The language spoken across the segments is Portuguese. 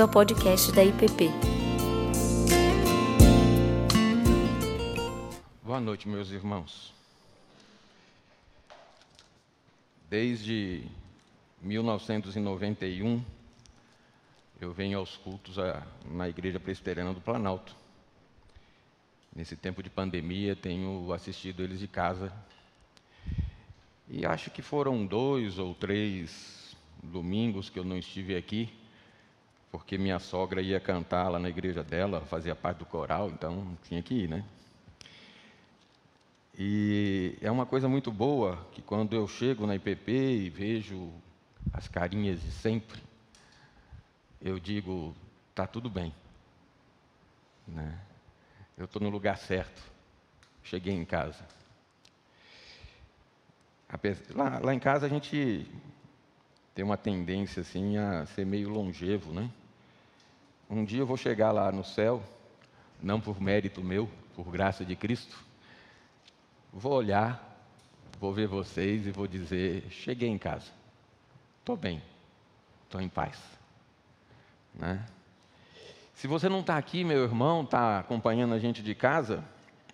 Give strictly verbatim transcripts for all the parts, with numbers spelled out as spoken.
bem-vindo ao podcast da I P P. Boa noite, meus irmãos. Desde mil novecentos e noventa e um, eu venho aos cultos a, na Igreja Presbiteriana do Planalto. Nesse tempo de pandemia, tenho assistido eles de casa. E acho que foram dois ou três domingos que eu não estive aqui, porque minha sogra ia cantar lá na igreja dela, fazia parte do coral, então tinha que ir, né? E é uma coisa muito boa que quando eu chego na I P P e vejo as carinhas de sempre, eu digo, tá tudo bem, né? Eu estou no lugar certo, cheguei em casa. Lá, lá em casa a gente tem uma tendência assim a ser meio longevo, né? Um dia eu vou chegar lá no céu, não por mérito meu, por graça de Cristo, vou olhar, vou ver vocês e vou dizer, cheguei em casa, estou bem, estou em paz, né? Se você não está aqui, meu irmão, está acompanhando a gente de casa,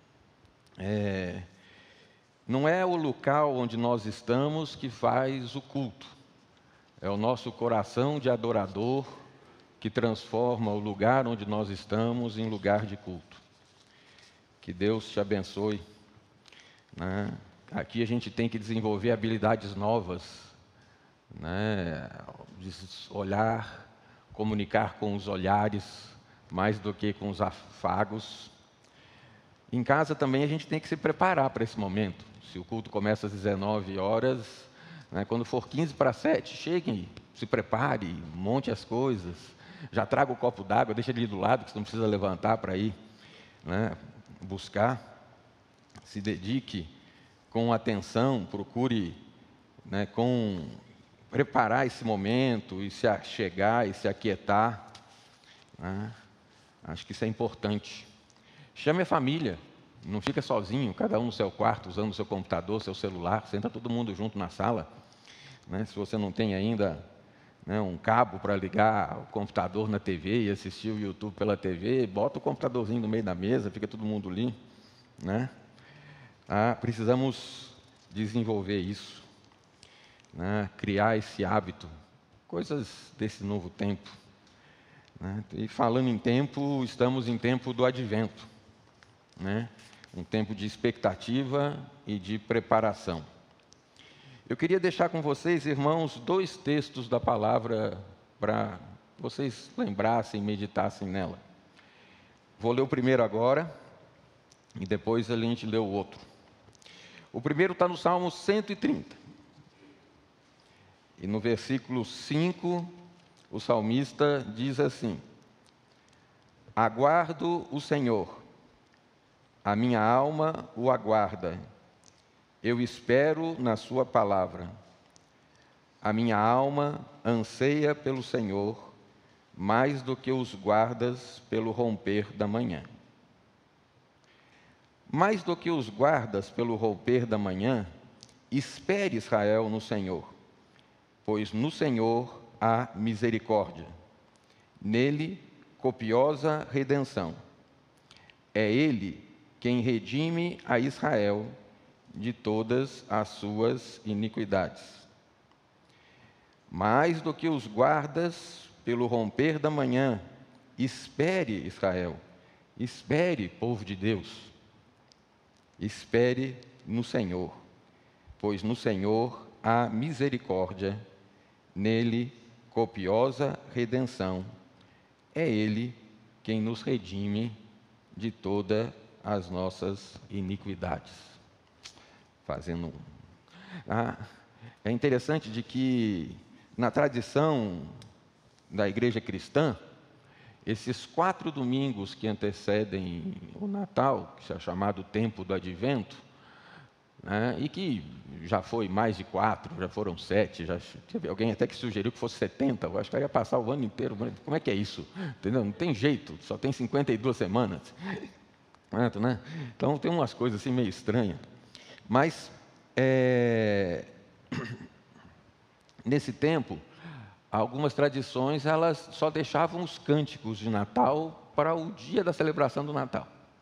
é... não é o local onde nós estamos que faz o culto. É o nosso coração de adorador que transforma o lugar onde nós estamos em lugar de culto. Que Deus te abençoe, né? Aqui a gente tem que desenvolver habilidades novas, né? De olhar, comunicar com os olhares, mais do que com os afagos. Em casa também a gente tem que se preparar para esse momento. Se o culto começa às dezenove horas, né, quando for quinze para sete, cheguem, se prepare, monte as coisas. Já traga o copo d'água, deixa ele do lado, que você não precisa levantar para ir, né, buscar. Se dedique com atenção, procure, né, com preparar esse momento e se achegar e se aquietar, né. Acho que isso é importante. Chame a família, não fica sozinho, cada um no seu quarto, usando o seu computador, seu celular, senta todo mundo junto na sala, né? Se você não tem ainda, né, um cabo para ligar o computador na T V e assistir o YouTube pela T V, bota o computadorzinho no meio da mesa, fica todo mundo ali, né? Ah, precisamos desenvolver isso, né? Criar esse hábito, coisas desse novo tempo, né? E falando em tempo, estamos em tempo do advento, né? Um tempo de expectativa e de preparação. Eu queria deixar com vocês, irmãos, dois textos da palavra para vocês lembrassem, meditassem nela. Vou ler o primeiro agora e depois a gente lê o outro. O primeiro está no Salmo cento e trinta. E no versículo cinco, o salmista diz assim: aguardo o Senhor, a minha alma o aguarda, eu espero na sua palavra. A minha alma anseia pelo Senhor, mais do que os guardas pelo romper da manhã. Mais do que os guardas pelo romper da manhã, espere Israel no Senhor, pois no Senhor há misericórdia, nele copiosa redenção. É Ele quem redime a Israel de todas as suas iniquidades. Mais do que os guardas pelo romper da manhã, espere Israel, espere, povo de Deus, espere no Senhor, pois no Senhor há misericórdia, nele copiosa redenção. É Ele quem nos redime de toda as nossas iniquidades. Fazendo um... ah, é interessante de que na tradição da igreja cristã, esses quatro domingos que antecedem o Natal, que é chamado tempo do Advento, né, e que já foi mais de quatro, já foram sete, já teve alguém até que sugeriu que fosse setenta, eu acho que ia passar o ano inteiro. Como é que é isso? Entendeu? Não tem jeito, só tem cinquenta e duas semanas. Né? Então tem umas coisas assim meio estranhas. Mas, é... nesse tempo, algumas tradições elas só deixavam os cânticos de Natal para o dia da celebração do Natal.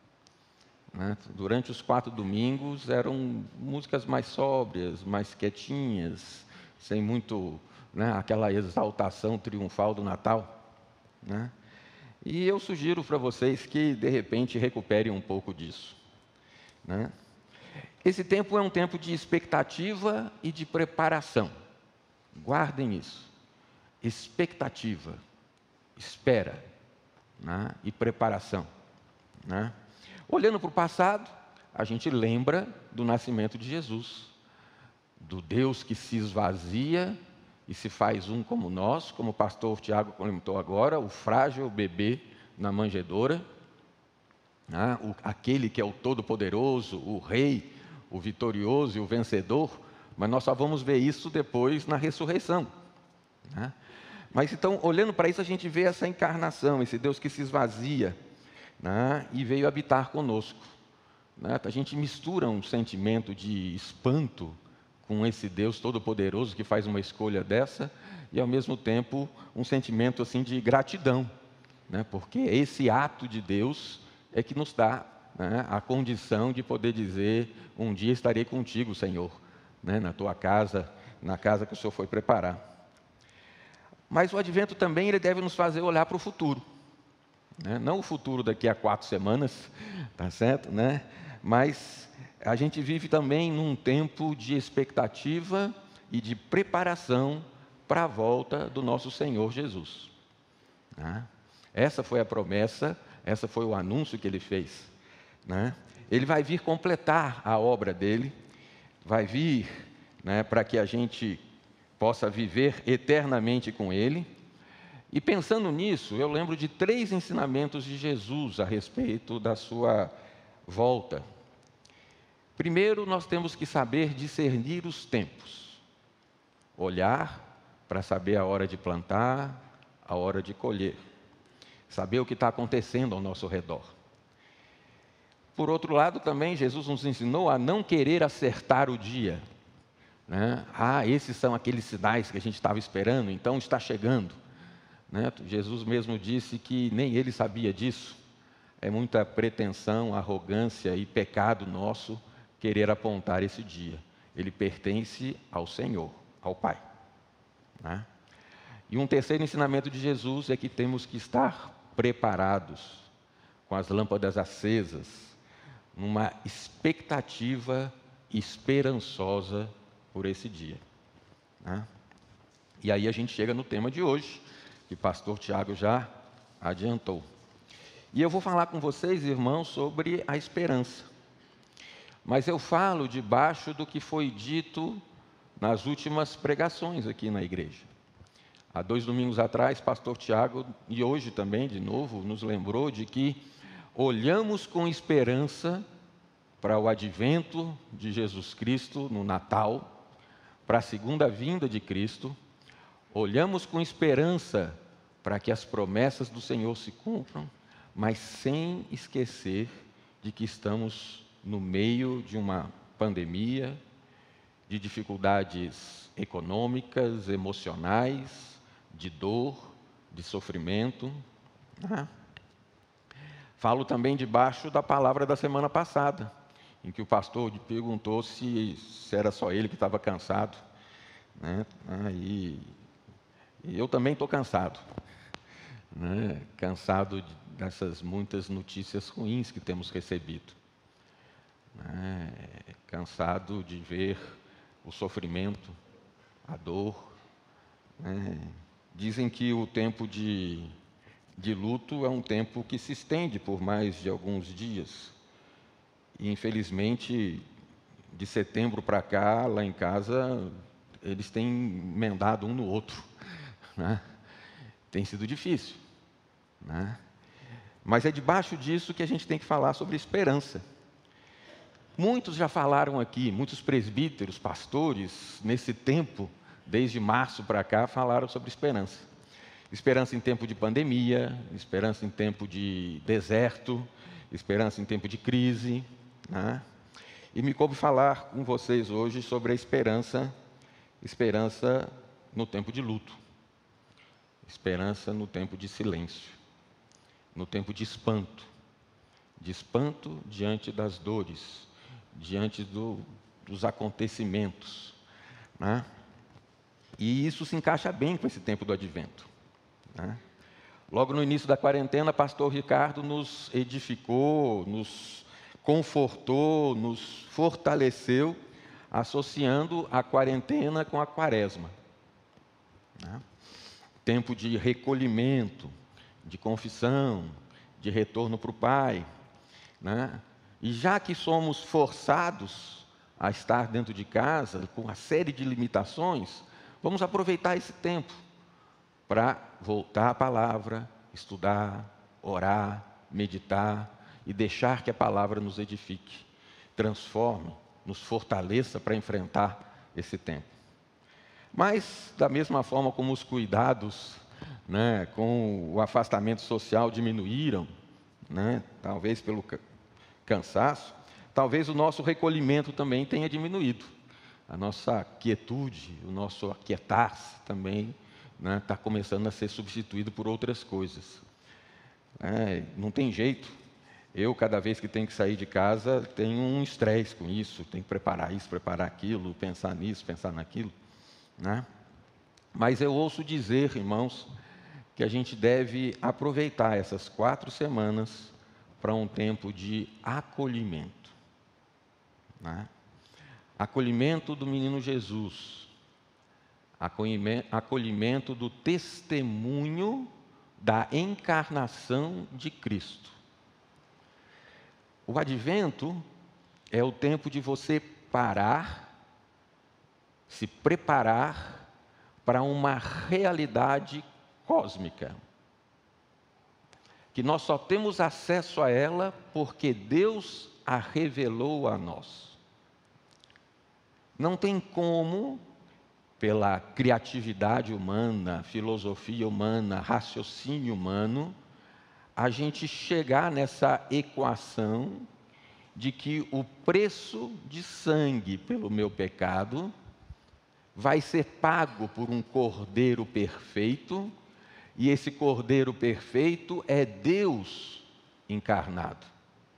Né? Durante os quatro domingos eram músicas mais sóbrias, mais quietinhas, sem muito, né, aquela exaltação triunfal do Natal. Né? E eu sugiro para vocês que, de repente, recuperem um pouco disso. Né? Esse tempo é um tempo de expectativa e de preparação. Guardem isso. Expectativa, espera, né? E preparação. Né? Olhando para o passado, a gente lembra do nascimento de Jesus, do Deus que se esvazia e se faz um como nós, como o pastor Tiago comentou agora, o frágil bebê na manjedoura, né? o, aquele que é o todo-poderoso, o rei, o vitorioso e o vencedor, mas nós só vamos ver isso depois na ressurreição. Né? Mas então, olhando para isso, a gente vê essa encarnação, esse Deus que se esvazia, né? E veio habitar conosco. Né? A gente mistura um sentimento de espanto com esse Deus todo-poderoso que faz uma escolha dessa, e ao mesmo tempo um sentimento assim de gratidão, né? Porque esse ato de Deus é que nos dá, né, a condição de poder dizer: um dia estarei contigo, Senhor, né, na tua casa, na casa que o Senhor foi preparar. Mas o advento também ele deve nos fazer olhar para o futuro, né? Não o futuro daqui a quatro semanas, tá certo, né? Mas a gente vive também num tempo de expectativa e de preparação para a volta do nosso Senhor Jesus. Né? Essa foi a promessa, essa foi o anúncio que ele fez. Né? Ele vai vir completar a obra dele, vai vir, né, para que a gente possa viver eternamente com ele. E pensando nisso, eu lembro de três ensinamentos de Jesus a respeito da sua volta. Primeiro, nós temos que saber discernir os tempos. Olhar para saber a hora de plantar, a hora de colher. Saber o que está acontecendo ao nosso redor. Por outro lado, também, Jesus nos ensinou a não querer acertar o dia. Né? Ah, esses são aqueles sinais que a gente estava esperando, então está chegando. Né? Jesus mesmo disse que nem ele sabia disso. É muita pretensão, arrogância e pecado nosso querer apontar esse dia. Ele pertence ao Senhor, ao Pai. Né? E um terceiro ensinamento de Jesus é que temos que estar preparados, com as lâmpadas acesas, numa expectativa esperançosa por esse dia. Né? E aí a gente chega no tema de hoje, que o pastor Tiago já adiantou. E eu vou falar com vocês, irmãos, sobre a esperança. Mas eu falo debaixo do que foi dito nas últimas pregações aqui na igreja. Há dois domingos atrás, pastor Tiago, e hoje também, de novo, nos lembrou de que olhamos com esperança para o advento de Jesus Cristo no Natal, para a segunda vinda de Cristo. Olhamos com esperança para que as promessas do Senhor se cumpram, mas sem esquecer de que estamos no meio de uma pandemia, de dificuldades econômicas, emocionais, de dor, de sofrimento. Ah. Falo também debaixo da palavra da semana passada, em que o pastor perguntou se, se era só ele que estava cansado. Né? Ah, e, e eu também estou cansado. Né? Cansado de, dessas muitas notícias ruins que temos recebido. Né? Cansado de ver o sofrimento, a dor. Né? Dizem que o tempo de, de luto é um tempo que se estende por mais de alguns dias. E, infelizmente, de setembro para cá, lá em casa, eles têm emendado um no outro. Né? Tem sido difícil. Né? Mas é debaixo disso que a gente tem que falar sobre esperança. Muitos já falaram aqui, muitos presbíteros, pastores, nesse tempo, desde março para cá, falaram sobre esperança. Esperança em tempo de pandemia, esperança em tempo de deserto, esperança em tempo de crise. Né? E me coube falar com vocês hoje sobre a esperança, esperança no tempo de luto. Esperança no tempo de silêncio, no tempo de espanto, de espanto diante das dores, diante do, dos acontecimentos, né? E isso se encaixa bem com esse tempo do advento, né? Logo no início da quarentena, pastor Ricardo nos edificou, nos confortou, nos fortaleceu, associando a quarentena com a quaresma, né? Tempo de recolhimento, de confissão, de retorno para o Pai, né? E já que somos forçados a estar dentro de casa, com uma série de limitações, vamos aproveitar esse tempo para voltar à palavra, estudar, orar, meditar e deixar que a palavra nos edifique, transforme, nos fortaleça para enfrentar esse tempo. Mas, da mesma forma como os cuidados, né, com o afastamento social diminuíram, né, talvez pelo cansaço, talvez o nosso recolhimento também tenha diminuído. A nossa quietude, o nosso aquietar-se também está, né, tá começando a ser substituído por outras coisas. É, não tem jeito. Eu, cada vez que tenho que sair de casa, tenho um estresse com isso, tenho que preparar isso, preparar aquilo, pensar nisso, pensar naquilo, né? Mas eu ouço dizer, irmãos, que a gente deve aproveitar essas quatro semanas para um tempo de acolhimento, né? Acolhimento do menino Jesus, acolhimento, acolhimento do testemunho da encarnação de Cristo. O advento é o tempo de você parar, se preparar para uma realidade cósmica, que nós só temos acesso a ela porque Deus a revelou a nós. Não tem como, pela criatividade humana, filosofia humana, raciocínio humano, a gente chegar nessa equação de que o preço de sangue pelo meu pecado vai ser pago por um cordeiro perfeito, e esse cordeiro perfeito é Deus encarnado.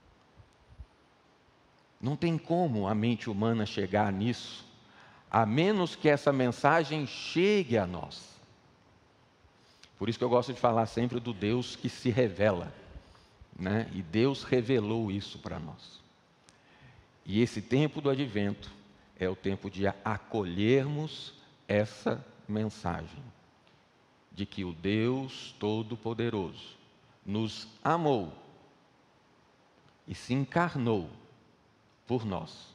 Não tem como a mente humana chegar nisso, a menos que essa mensagem chegue a nós. Por isso que eu gosto de falar sempre do Deus que se revela, né? E Deus revelou isso para nós. E esse tempo do advento é o tempo de acolhermos essa mensagem, de que o Deus Todo-Poderoso nos amou e se encarnou por nós.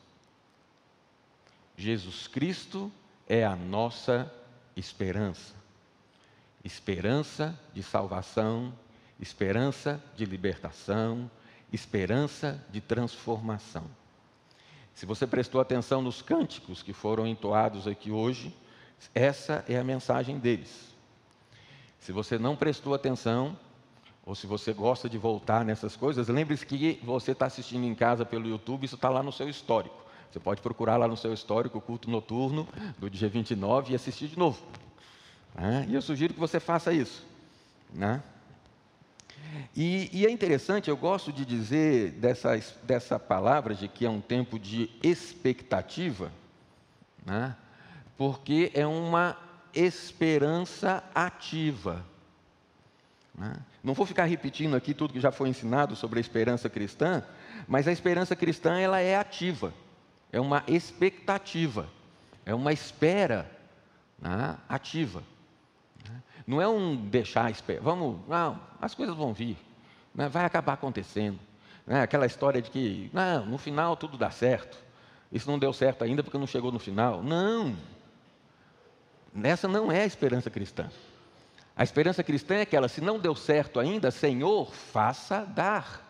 Jesus Cristo é a nossa esperança. Esperança de salvação, esperança de libertação, esperança de transformação. Se você prestou atenção nos cânticos que foram entoados aqui hoje, essa é a mensagem deles. Se você não prestou atenção, ou se você gosta de voltar nessas coisas, lembre-se que você está assistindo em casa pelo YouTube, isso está lá no seu histórico. Você pode procurar lá no seu histórico o culto noturno do dia vinte e nove e assistir de novo. Né? E eu sugiro que você faça isso. Né? E, e é interessante, eu gosto de dizer dessa, dessa palavra, de que é um tempo de expectativa, né? Porque é uma esperança ativa. Né? Não vou ficar repetindo aqui tudo que já foi ensinado sobre a esperança cristã, mas a esperança cristã ela é ativa, é uma expectativa, é uma espera, né, ativa. Não é um deixar esperar, vamos, não, as coisas vão vir, né, vai acabar acontecendo. Né, aquela história de que, não, no final tudo dá certo, isso não deu certo ainda porque não chegou no final. Não, essa não é a esperança cristã. A esperança cristã é aquela, se não deu certo ainda, Senhor, faça dar.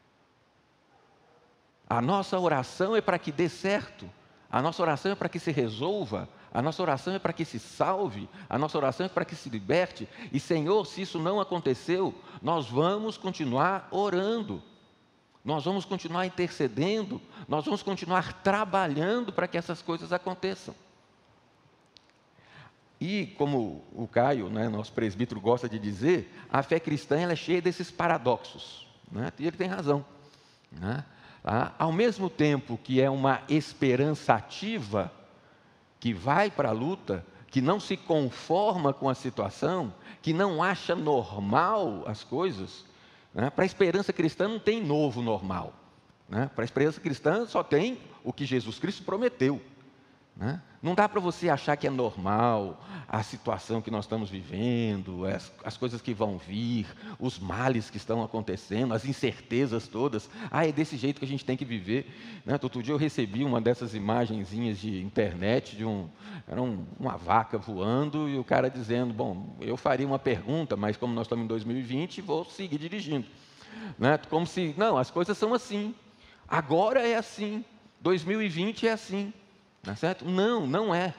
A nossa oração é para que dê certo, a nossa oração é para que se resolva, a nossa oração é para que se salve, a nossa oração é para que se liberte. E Senhor, se isso não aconteceu, nós vamos continuar orando, nós vamos continuar intercedendo, nós vamos continuar trabalhando para que essas coisas aconteçam. E como o Caio, né, nosso presbítero, gosta de dizer, a fé cristã ela é cheia desses paradoxos, né? E ele tem razão, né? Ah, ao mesmo tempo que é uma esperança ativa, que vai para a luta, que não se conforma com a situação, que não acha normal as coisas, né? Para a esperança cristã não tem novo normal, né? Para a esperança cristã só tem o que Jesus Cristo prometeu, né? Não dá para você achar que é normal a situação que nós estamos vivendo, as, as coisas que vão vir, os males que estão acontecendo, as incertezas todas. Ah, é desse jeito que a gente tem que viver, né? Outro dia eu recebi uma dessas imagenzinhas de internet, de um, era um, uma vaca voando e o cara dizendo, bom, eu faria uma pergunta, mas como nós estamos em dois mil e vinte, vou seguir dirigindo, né? Como se, não, as coisas são assim, agora é assim, dois mil e vinte é assim. Não é certo? Não, não é.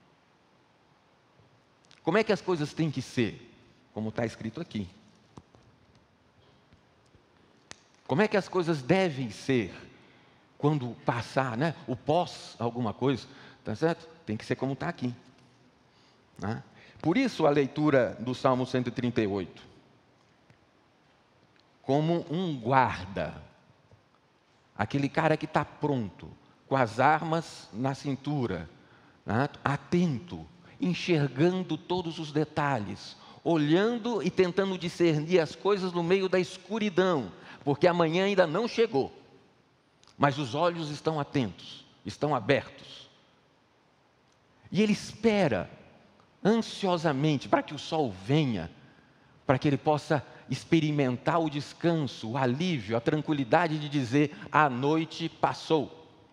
Como é que as coisas têm que ser? Como está escrito aqui. Como é que as coisas devem ser quando passar, né? O pós alguma coisa, tá certo? Tem que ser como está aqui, né? Por isso a leitura do Salmo cento e trinta e oito. Como um guarda, aquele cara que está pronto, com as armas na cintura, né? Atento, enxergando todos os detalhes, olhando e tentando discernir as coisas no meio da escuridão, porque amanhã ainda não chegou, mas os olhos estão atentos, estão abertos, e ele espera ansiosamente para que o sol venha, para que ele possa experimentar o descanso, o alívio, a tranquilidade de dizer, a noite passou.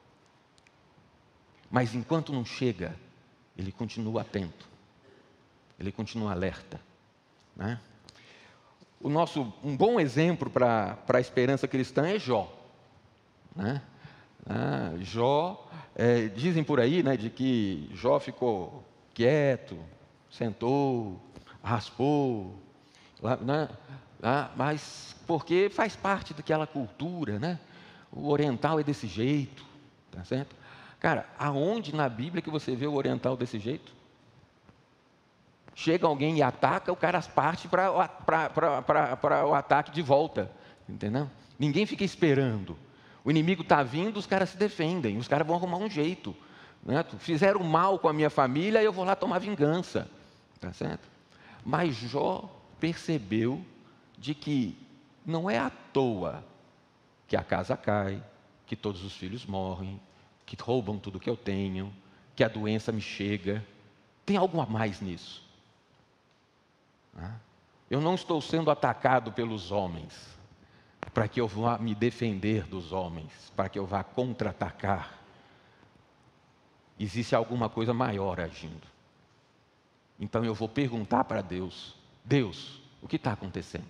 Mas enquanto não chega, ele continua atento, ele continua alerta, né? O nosso, um bom exemplo para a esperança cristã é Jó, né? Ah, Jó, é, dizem por aí, né, de que Jó ficou quieto, sentou, raspou, lá, né? Ah, mas porque faz parte daquela cultura, né? O oriental é desse jeito, tá certo? Cara, aonde na Bíblia que você vê o oriental desse jeito? Chega alguém e ataca, o cara parte para o ataque de volta, entendeu? Ninguém fica esperando. O inimigo está vindo, os caras se defendem, os caras vão arrumar um jeito, né? Fizeram mal com a minha família, eu vou lá tomar vingança, tá certo? Mas Jó percebeu de que não é à toa que a casa cai, que todos os filhos morrem, que roubam tudo que eu tenho, que a doença me chega. Tem algo a mais nisso. Eu não estou sendo atacado pelos homens, para que eu vá me defender dos homens, para que eu vá contra-atacar. Existe alguma coisa maior agindo. Então eu vou perguntar para Deus, Deus, o que está acontecendo?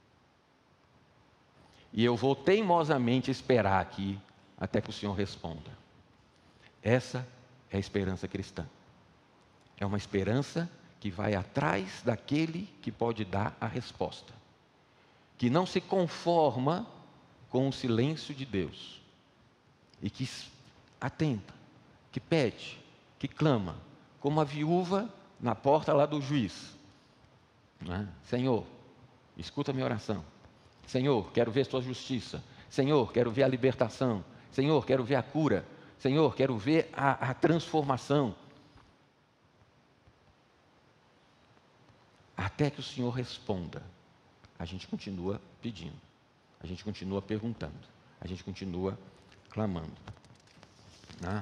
E eu vou teimosamente esperar aqui, até que o Senhor responda. Essa é a esperança cristã. É uma esperança que vai atrás daquele que pode dar a resposta. Que não se conforma com o silêncio de Deus. E que atenta, que pede, que clama, como a viúva na porta lá do juiz. Né? Senhor, escuta a minha oração. Senhor, quero ver sua justiça. Senhor, quero ver a libertação. Senhor, quero ver a cura. Senhor, quero ver a, a transformação. Até que o Senhor responda, a gente continua pedindo, a gente continua perguntando, a gente continua clamando, né?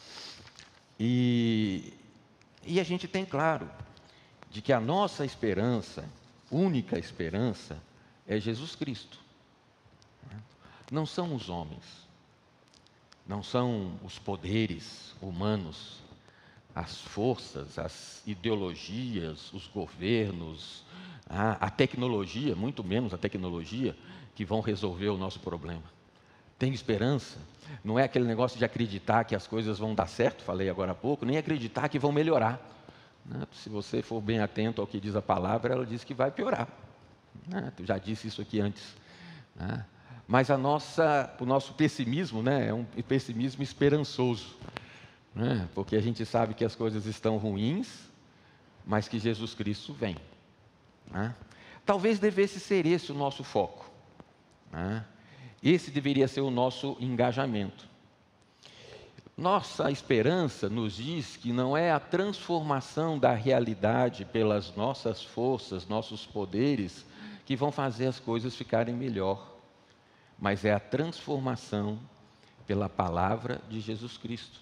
E, e a gente tem claro de que a nossa esperança, única esperança, é Jesus Cristo. Não são os homens. Não são os poderes humanos, as forças, as ideologias, os governos, a, a tecnologia, muito menos a tecnologia, que vão resolver o nosso problema. Tem esperança, não é aquele negócio de acreditar que as coisas vão dar certo, falei agora há pouco, nem acreditar que vão melhorar, né? Se você for bem atento ao que diz a palavra, ela diz que vai piorar, né? Eu já disse isso aqui antes, né? Mas a nossa, o nosso pessimismo, né, é um pessimismo esperançoso, né? Porque a gente sabe que as coisas estão ruins, mas que Jesus Cristo vem. Né? Talvez devesse ser esse o nosso foco. Né? Esse deveria ser o nosso engajamento. Nossa esperança nos diz que não é a transformação da realidade pelas nossas forças, nossos poderes, que vão fazer as coisas ficarem melhor, mas é a transformação pela palavra de Jesus Cristo.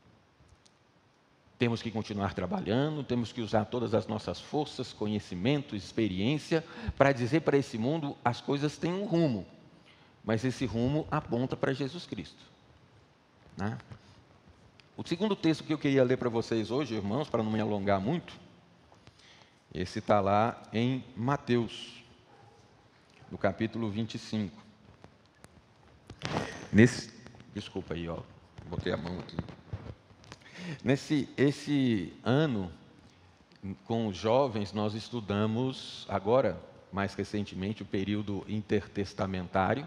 Temos que continuar trabalhando, temos que usar todas as nossas forças, conhecimento, experiência, para dizer para esse mundo, as coisas têm um rumo, mas esse rumo aponta para Jesus Cristo. Né? O segundo texto que eu queria ler para vocês hoje, irmãos, para não me alongar muito, esse está lá em Mateus, no capítulo vinte e cinco. Nesse, desculpa aí, ó, botei a mão aqui. Nesse esse ano, com os jovens, nós estudamos, agora, mais recentemente, o período intertestamentário.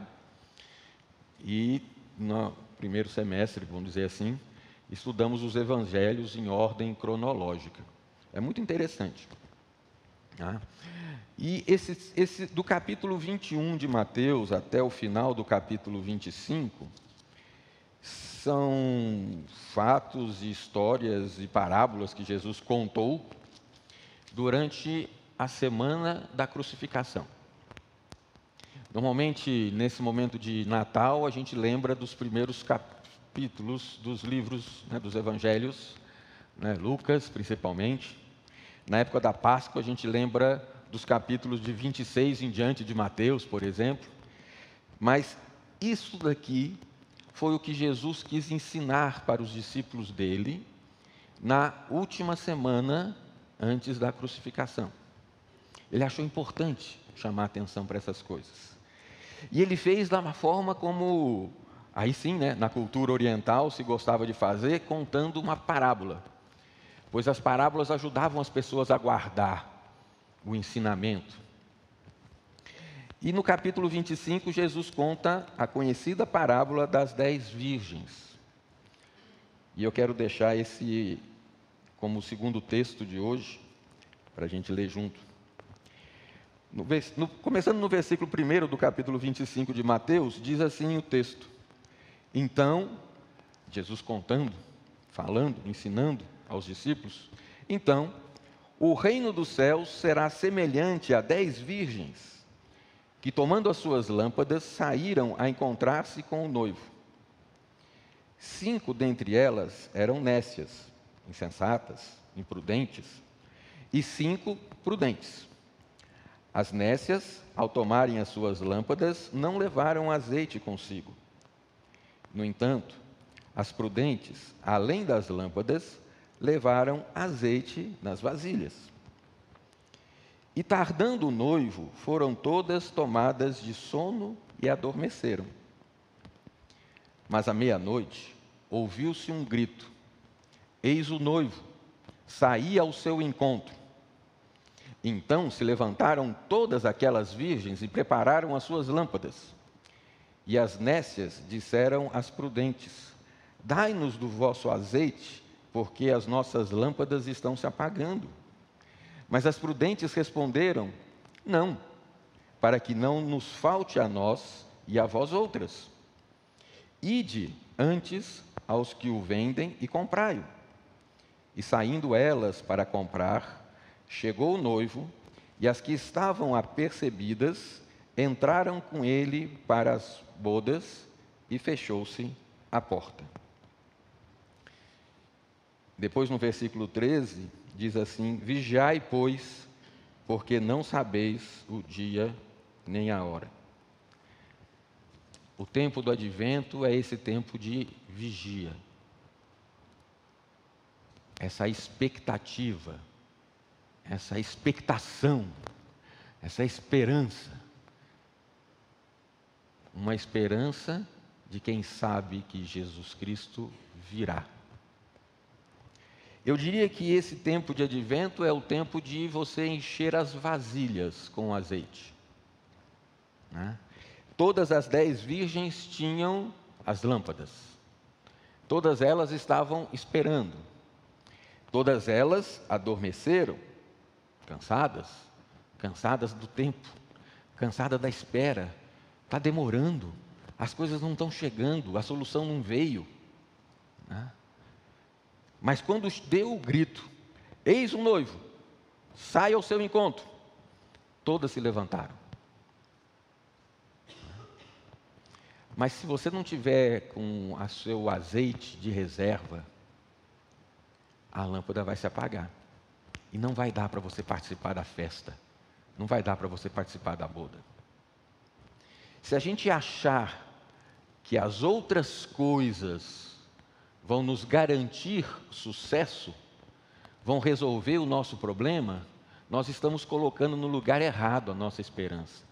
E no primeiro semestre, vamos dizer assim, estudamos os evangelhos em ordem cronológica. É muito interessante. Tá? E esse, esse, do capítulo vinte e um de Mateus até o final do capítulo vinte e cinco, são fatos e histórias e parábolas que Jesus contou durante a semana da crucificação. Normalmente, nesse momento de Natal, a gente lembra dos primeiros capítulos dos livros, né, dos evangelhos, né, Lucas principalmente. Na época da Páscoa, a gente lembra dos capítulos de vinte e seis em diante de Mateus, por exemplo. Mas isso daqui foi o que Jesus quis ensinar para os discípulos dele na última semana antes da crucificação. Ele achou importante chamar atenção para essas coisas. E ele fez da forma como, aí sim, né, na cultura oriental se gostava de fazer, contando uma parábola. Pois as parábolas ajudavam as pessoas a guardar o ensinamento. E no capítulo vinte e cinco, Jesus conta a conhecida parábola das dez virgens. E eu quero deixar esse como o segundo texto de hoje, para a gente ler junto. No, no, começando no versículo primeiro do capítulo vinte e cinco de Mateus, diz assim o texto: Então, Jesus contando, falando, ensinando aos discípulos, então, o reino dos céus será semelhante a dez virgens, que tomando as suas lâmpadas, saíram a encontrar-se com o noivo. Cinco dentre elas eram nécias, insensatas, imprudentes, e cinco prudentes. As nécias, ao tomarem as suas lâmpadas, não levaram azeite consigo. No entanto, as prudentes, além das lâmpadas, levaram azeite nas vasilhas. E tardando o noivo, foram todas tomadas de sono e adormeceram. Mas à meia-noite, ouviu-se um grito: Eis o noivo, saí ao seu encontro. Então se levantaram todas aquelas virgens e prepararam as suas lâmpadas. E as nécias disseram às prudentes: Dai-nos do vosso azeite, porque as nossas lâmpadas estão se apagando. Mas as prudentes responderam: Não, para que não nos falte a nós e a vós outras. Ide antes aos que o vendem e comprai-o. E saindo elas para comprar, chegou o noivo, e as que estavam apercebidas entraram com ele para as bodas, e fechou-se a porta. Depois, no versículo treze, diz assim: Vigiai, pois, porque não sabeis o dia nem a hora. O tempo do advento é esse tempo de vigia. Essa expectativa, essa expectação, essa esperança. Uma esperança de quem sabe que Jesus Cristo virá. Eu diria que esse tempo de advento é o tempo de você encher as vasilhas com azeite. Né? Todas as dez virgens tinham as lâmpadas. Todas elas estavam esperando. Todas elas adormeceram, cansadas, cansadas do tempo, cansadas da espera. Está demorando, as coisas não estão chegando, a solução não veio. Né? Mas quando deu o grito, eis um noivo, sai ao seu encontro, todas se levantaram. Mas se você não tiver com o seu azeite de reserva, a lâmpada vai se apagar. E não vai dar para você participar da festa. Não vai dar para você participar da boda. Se a gente achar que as outras coisas vão nos garantir sucesso, vão resolver o nosso problema, nós estamos colocando no lugar errado a nossa esperança.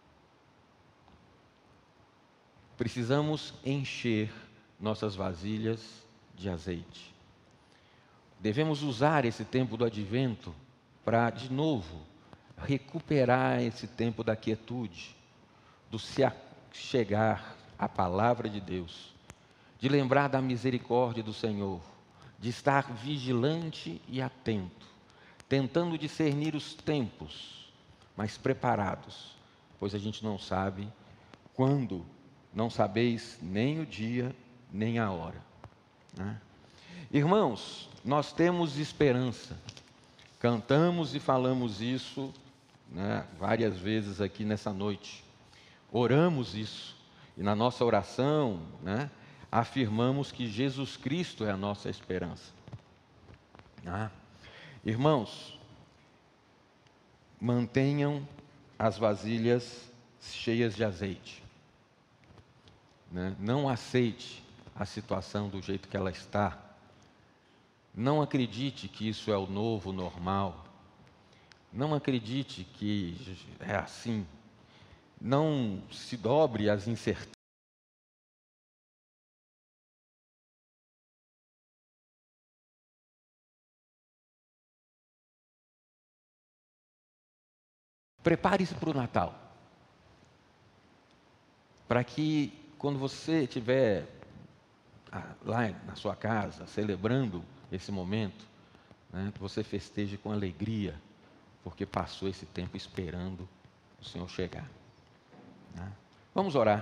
Precisamos encher nossas vasilhas de azeite. Devemos usar esse tempo do advento para, de novo, recuperar esse tempo da quietude, do se chegar à palavra de Deus, de lembrar da misericórdia do Senhor, de estar vigilante e atento, tentando discernir os tempos, mas preparados, pois a gente não sabe quando, não sabeis nem o dia, nem a hora. Né? Irmãos, nós temos esperança. Cantamos e falamos isso, né, várias vezes aqui nessa noite. Oramos isso. E na nossa oração, né, afirmamos que Jesus Cristo é a nossa esperança. Ah, irmãos, mantenham as vasilhas cheias de azeite. Né? Não aceite a situação do jeito que ela está. Não acredite que isso é o novo normal. Não acredite que é assim. Não se dobre às incertezas. Prepare-se para o Natal. Para que quando você estiver lá na sua casa, celebrando esse momento, né, você festeje com alegria, porque passou esse tempo esperando o Senhor chegar. Né? Vamos orar.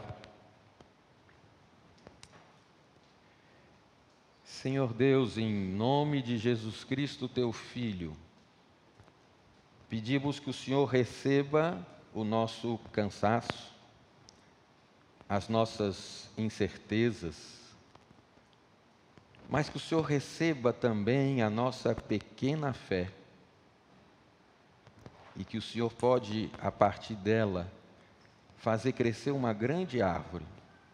Senhor Deus, em nome de Jesus Cristo, teu Filho, pedimos que o Senhor receba o nosso cansaço, as nossas incertezas, mas que o Senhor receba também a nossa pequena fé e que o Senhor pode, a partir dela, fazer crescer uma grande árvore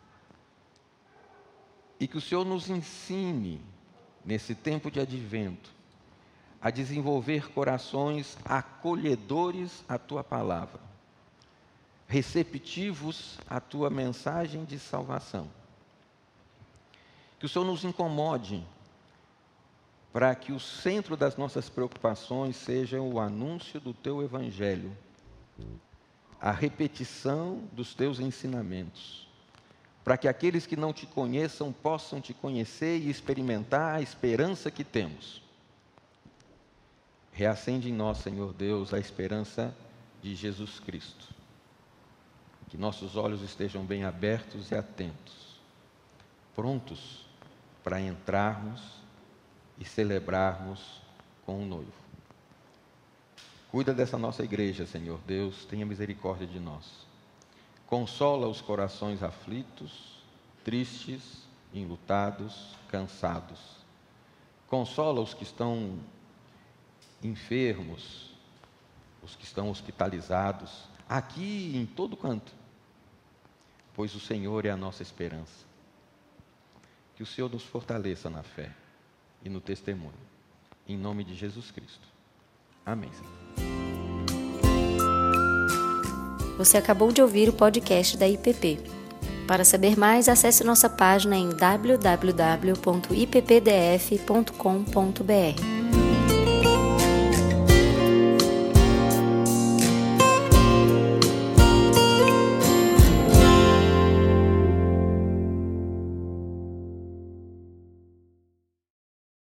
e que o Senhor nos ensine, nesse tempo de advento, a desenvolver corações acolhedores à Tua palavra, receptivos à Tua mensagem de salvação. Que o Senhor nos incomode para que o centro das nossas preocupações seja o anúncio do Teu Evangelho, a repetição dos Teus ensinamentos, para que aqueles que não Te conheçam possam Te conhecer e experimentar a esperança que temos. Reacende em nós, Senhor Deus, a esperança de Jesus Cristo. Que nossos olhos estejam bem abertos e atentos, prontos para entrarmos e celebrarmos com o noivo. Cuida dessa nossa igreja, Senhor Deus, tenha misericórdia de nós. Consola os corações aflitos, tristes, enlutados, cansados. Consola os que estão enfermos, os que estão hospitalizados, aqui e em todo canto, pois o Senhor é a nossa esperança. Que o Senhor nos fortaleça na fé e no testemunho. Em nome de Jesus Cristo. Amém. Você acabou de ouvir o podcast da I P P. Para saber mais, acesse nossa página em w w w ponto i p p d f ponto com ponto b r.